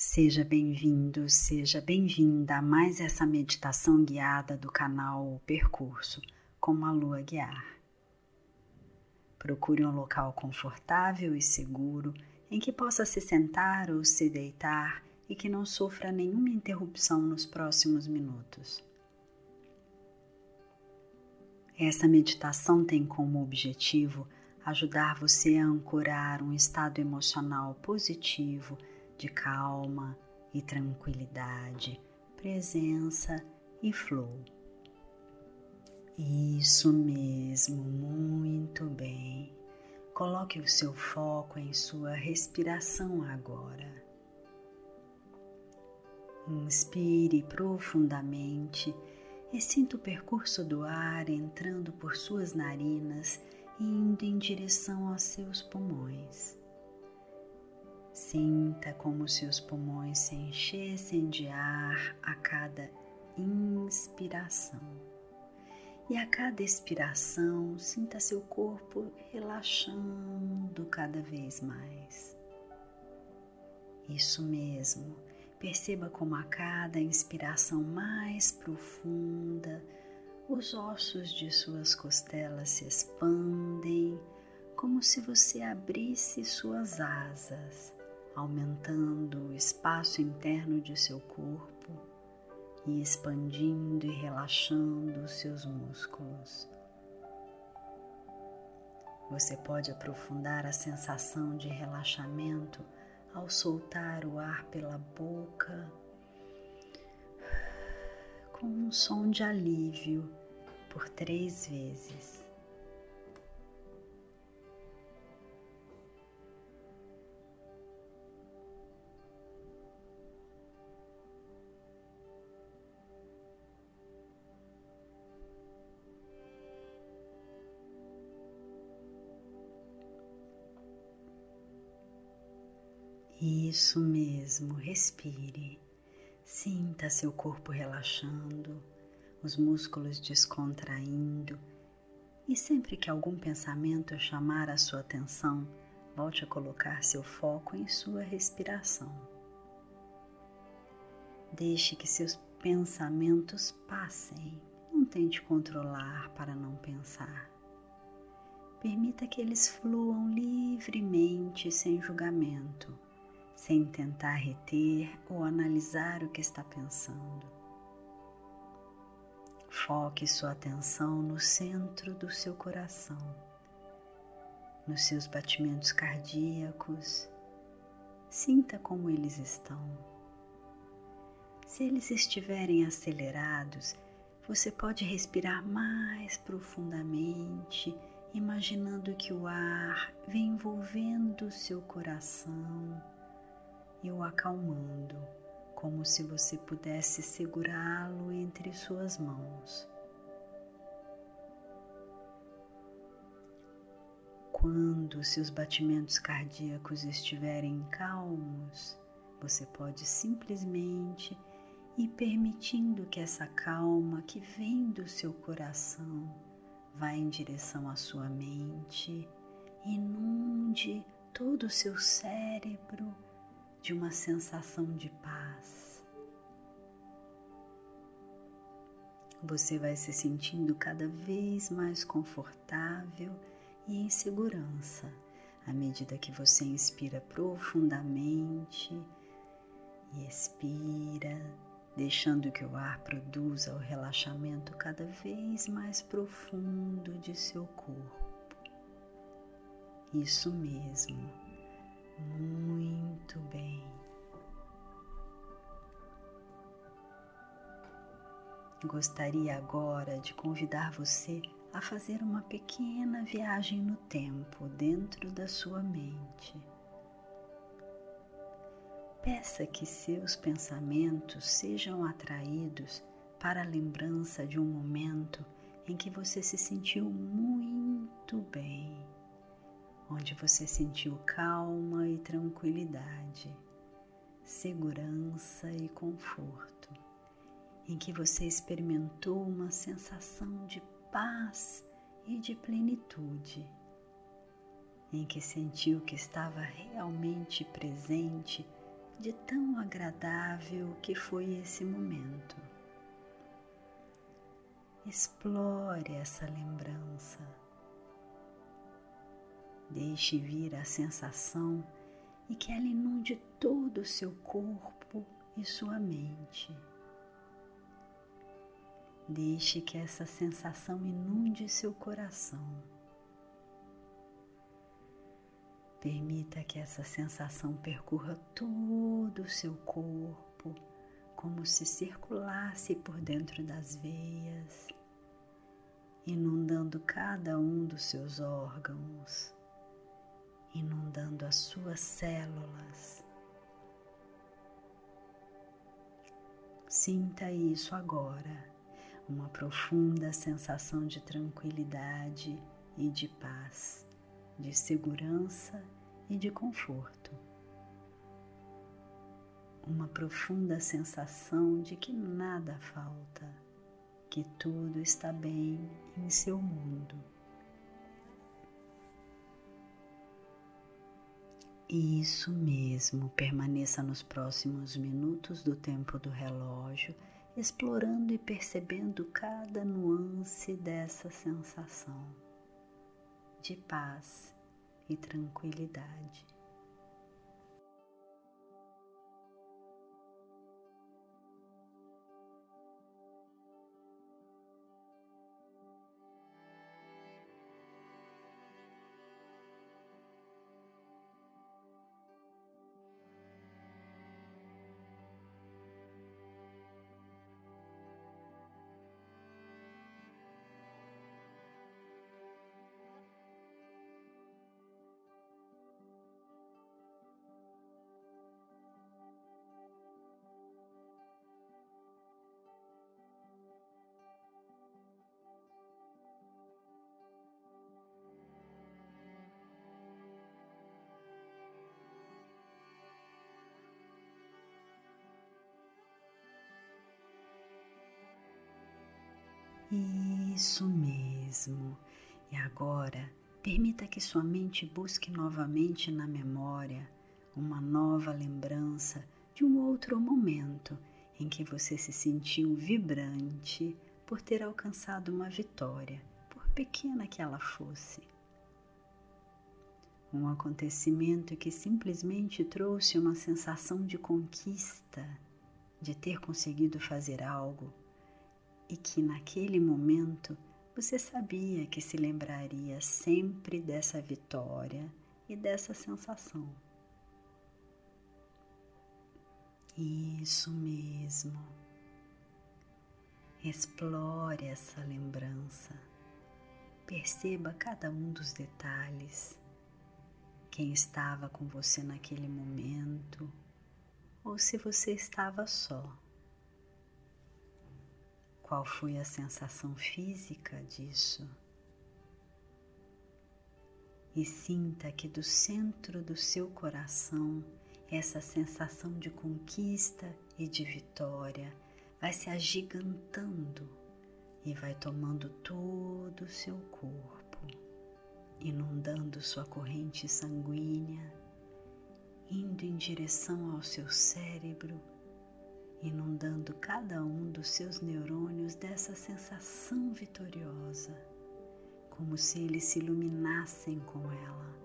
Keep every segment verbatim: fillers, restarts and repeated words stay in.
Seja bem-vindo, seja bem-vinda a mais essa meditação guiada do canal O Percurso, com a Lua Guiar. Procure um local confortável e seguro em que possa se sentar ou se deitar e que não sofra nenhuma interrupção nos próximos minutos. Essa meditação tem como objetivo ajudar você a ancorar um estado emocional positivo de calma e tranquilidade, presença e flow. Isso mesmo, muito bem. Coloque o seu foco em sua respiração agora. Inspire profundamente e sinta o percurso do ar entrando por suas narinas e indo em direção aos seus pulmões. Sinta como seus pulmões se enchessem de ar a cada inspiração. E a cada expiração, sinta seu corpo relaxando cada vez mais. Isso mesmo, perceba como a cada inspiração mais profunda, os ossos de suas costelas se expandem, como se você abrisse suas asas, aumentando o espaço interno de seu corpo e expandindo e relaxando os seus músculos. Você pode aprofundar a sensação de relaxamento ao soltar o ar pela boca com um som de alívio por três vezes. Isso mesmo, respire, sinta seu corpo relaxando, os músculos descontraindo e sempre que algum pensamento chamar a sua atenção, volte a colocar seu foco em sua respiração. Deixe que seus pensamentos passem, não tente controlar para não pensar. Permita que eles fluam livremente sem julgamento, sem tentar reter ou analisar o que está pensando. Foque sua atenção no centro do seu coração, nos seus batimentos cardíacos. Sinta como eles estão. Se eles estiverem acelerados, você pode respirar mais profundamente, imaginando que o ar vem envolvendo o seu coração e o acalmando, como se você pudesse segurá-lo entre suas mãos. Quando seus batimentos cardíacos estiverem calmos, você pode simplesmente ir permitindo que essa calma que vem do seu coração vá em direção à sua mente e inunde todo o seu cérebro de uma sensação de paz. Você vai se sentindo cada vez mais confortável e em segurança à medida que você inspira profundamente e expira, deixando que o ar produza o relaxamento cada vez mais profundo de seu corpo. Isso mesmo. Muito bem. Gostaria agora de convidar você a fazer uma pequena viagem no tempo dentro da sua mente. Peça que seus pensamentos sejam atraídos para a lembrança de um momento em que você se sentiu muito bem, onde você sentiu calma e tranquilidade, segurança e conforto, em que você experimentou uma sensação de paz e de plenitude, em que sentiu que estava realmente presente de tão agradável que foi esse momento. Explore essa lembrança. Deixe vir a sensação e que ela inunde todo o seu corpo e sua mente. Deixe que essa sensação inunde seu coração. Permita que essa sensação percorra todo o seu corpo, como se circulasse por dentro das veias, inundando cada um dos seus órgãos, inundando as suas células. Sinta isso agora, uma profunda sensação de tranquilidade e de paz, de segurança e de conforto. Uma profunda sensação de que nada falta, que tudo está bem em seu mundo. Isso mesmo, permaneça nos próximos minutos do tempo do relógio, explorando e percebendo cada nuance dessa sensação de paz e tranquilidade. Isso mesmo. E agora, permita que sua mente busque novamente na memória uma nova lembrança de um outro momento em que você se sentiu vibrante por ter alcançado uma vitória, por pequena que ela fosse. Um acontecimento que simplesmente trouxe uma sensação de conquista, de ter conseguido fazer algo, e que naquele momento você sabia que se lembraria sempre dessa vitória e dessa sensação. Isso mesmo. Explore essa lembrança. Perceba cada um dos detalhes. Quem estava com você naquele momento, ou se você estava só. Qual foi a sensação física disso? E sinta que do centro do seu coração, essa sensação de conquista e de vitória vai se agigantando e vai tomando todo o seu corpo, inundando sua corrente sanguínea, indo em direção ao seu cérebro, inundando cada um dos seus neurônios dessa sensação vitoriosa, como se eles se iluminassem com ela.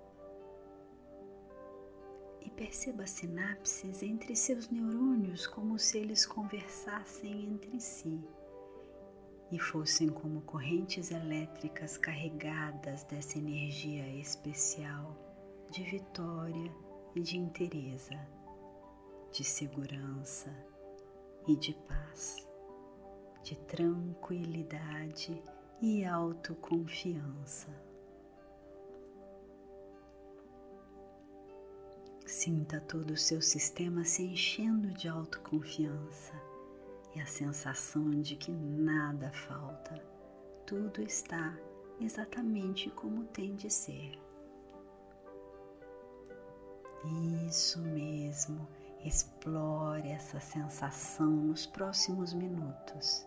E perceba sinapses entre seus neurônios como se eles conversassem entre si e fossem como correntes elétricas carregadas dessa energia especial de vitória e de inteireza, de segurança e de paz, de tranquilidade e autoconfiança. Sinta todo o seu sistema se enchendo de autoconfiança e a sensação de que nada falta, tudo está exatamente como tem de ser. Isso mesmo. Explore essa sensação nos próximos minutos.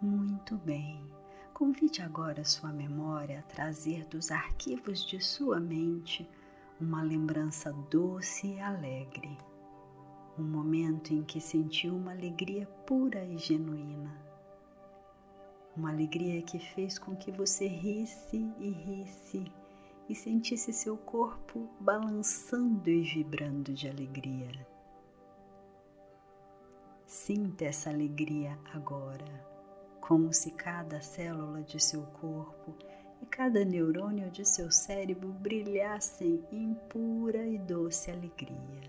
Muito bem. Convide agora sua memória a trazer dos arquivos de sua mente uma lembrança doce e alegre. Um momento em que sentiu uma alegria pura e genuína. Uma alegria que fez com que você risse e risse e sentisse seu corpo balançando e vibrando de alegria. Sinta essa alegria agora, como se cada célula de seu corpo e cada neurônio de seu cérebro brilhassem em pura e doce alegria.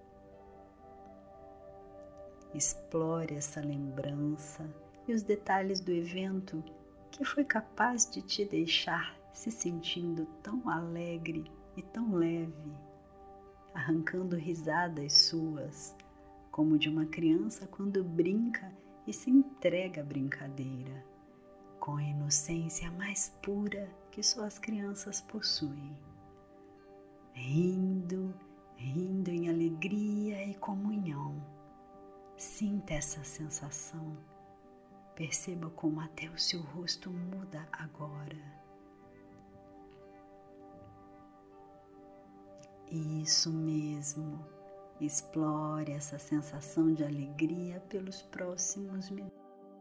Explore essa lembrança e os detalhes do evento que foi capaz de te deixar se sentindo tão alegre e tão leve, arrancando risadas suas, como de uma criança quando brinca e se entrega à brincadeira, com a inocência mais pura que só as crianças possuem. Rindo, rindo em alegria e comunhão. Sinta essa sensação. Perceba como até o seu rosto muda agora. Isso mesmo. Explore essa sensação de alegria pelos próximos minutos.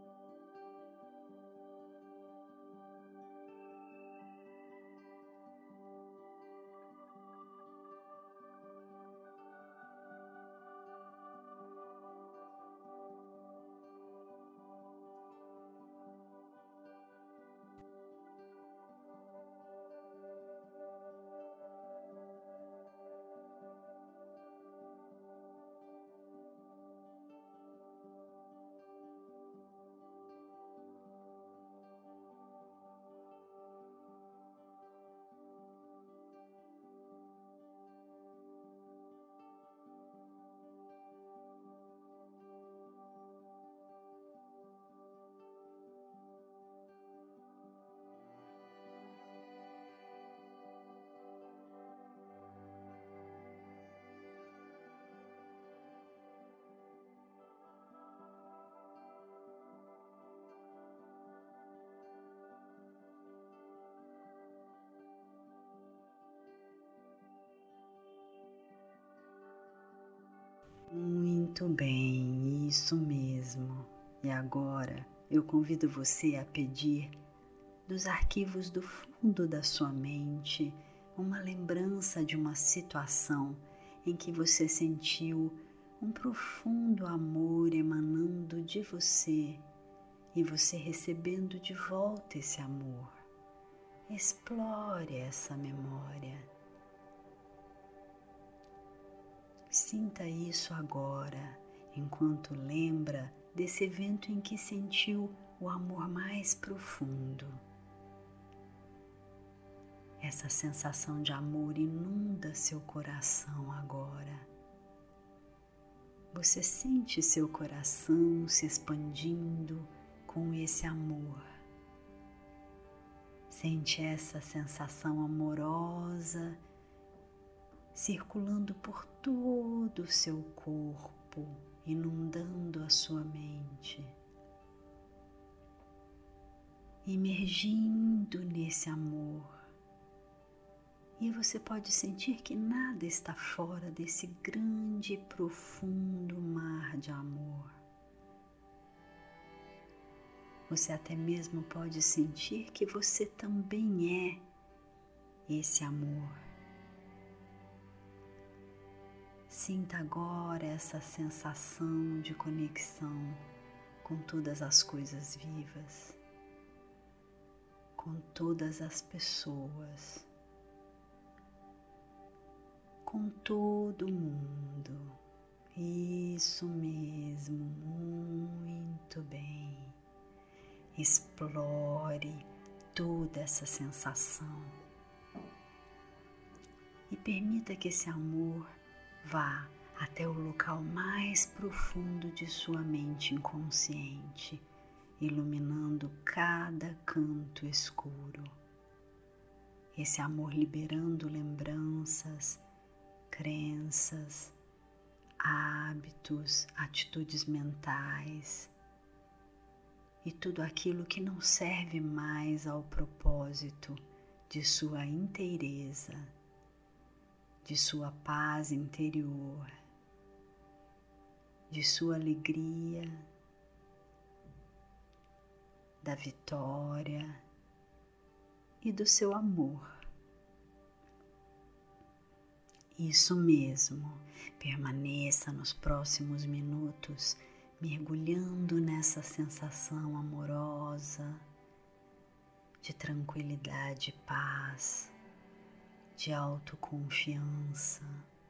Muito bem, isso mesmo. E agora eu convido você a pedir dos arquivos do fundo da sua mente uma lembrança de uma situação em que você sentiu um profundo amor emanando de você e você recebendo de volta esse amor. Explore essa memória. Sinta isso agora, enquanto lembra desse evento em que sentiu o amor mais profundo. Essa sensação de amor inunda seu coração agora. Você sente seu coração se expandindo com esse amor. Sente essa sensação amorosa circulando por todo o seu corpo, inundando a sua mente, imergindo nesse amor. E você pode sentir que nada está fora desse grande e profundo mar de amor. Você até mesmo pode sentir que você também é esse amor. Sinta agora essa sensação de conexão com todas as coisas vivas, com todas as pessoas, com todo mundo. Isso mesmo, muito bem. Explore toda essa sensação e permita que esse amor vá até o local mais profundo de sua mente inconsciente, iluminando cada canto escuro. Esse amor liberando lembranças, crenças, hábitos, atitudes mentais, e tudo aquilo que não serve mais ao propósito de sua inteireza, de sua paz interior, de sua alegria, da vitória e do seu amor. Isso mesmo, permaneça nos próximos minutos mergulhando nessa sensação amorosa de tranquilidade e paz, de autoconfiança,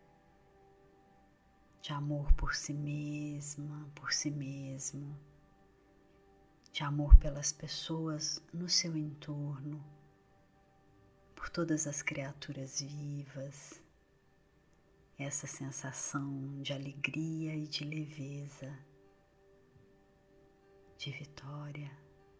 de amor por si mesma, por si mesmo, de amor pelas pessoas no seu entorno, por todas as criaturas vivas, essa sensação de alegria e de leveza, de vitória.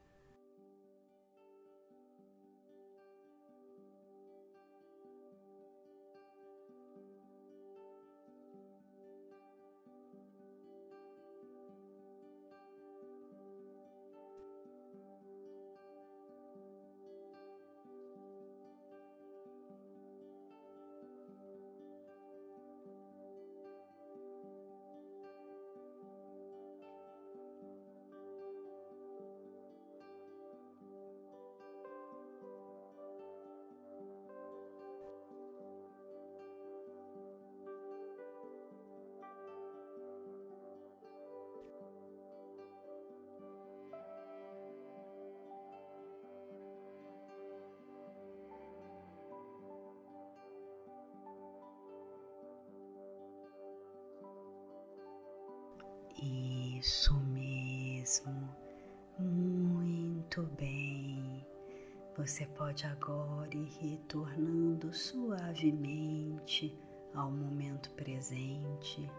Isso mesmo, muito bem. Você pode agora ir retornando suavemente ao momento presente,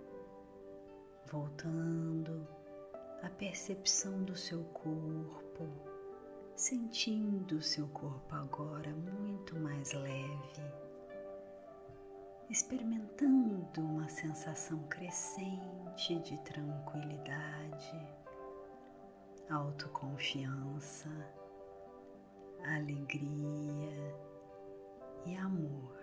voltando à percepção do seu corpo, sentindo o seu corpo agora muito mais leve, experimentando uma sensação crescente de tranquilidade, autoconfiança, alegria e amor.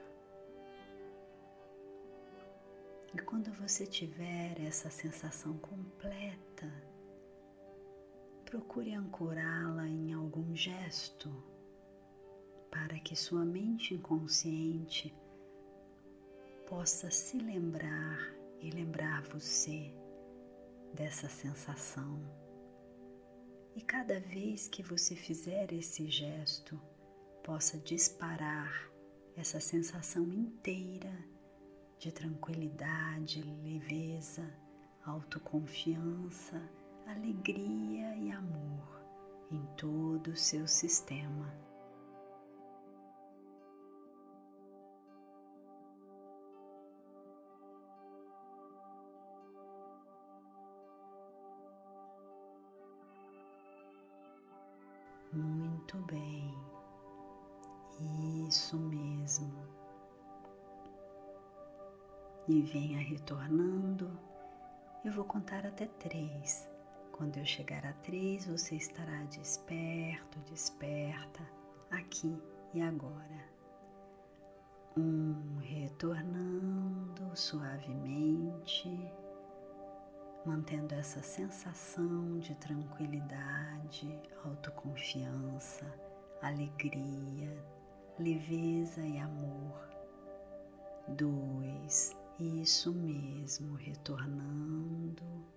E quando você tiver essa sensação completa, procure ancorá-la em algum gesto para que sua mente inconsciente possa se lembrar e lembrar você dessa sensação. E cada vez que você fizer esse gesto, possa disparar essa sensação inteira de tranquilidade, leveza, autoconfiança, alegria e amor em todo o seu sistema. Muito bem, isso mesmo. E venha retornando. Eu vou contar até três. Quando eu chegar a três, você estará desperto, desperta, aqui e agora. Um, retornando suavemente, mantendo essa sensação de tranquilidade, autoconfiança, alegria, leveza e amor. Dois, isso mesmo, retornando,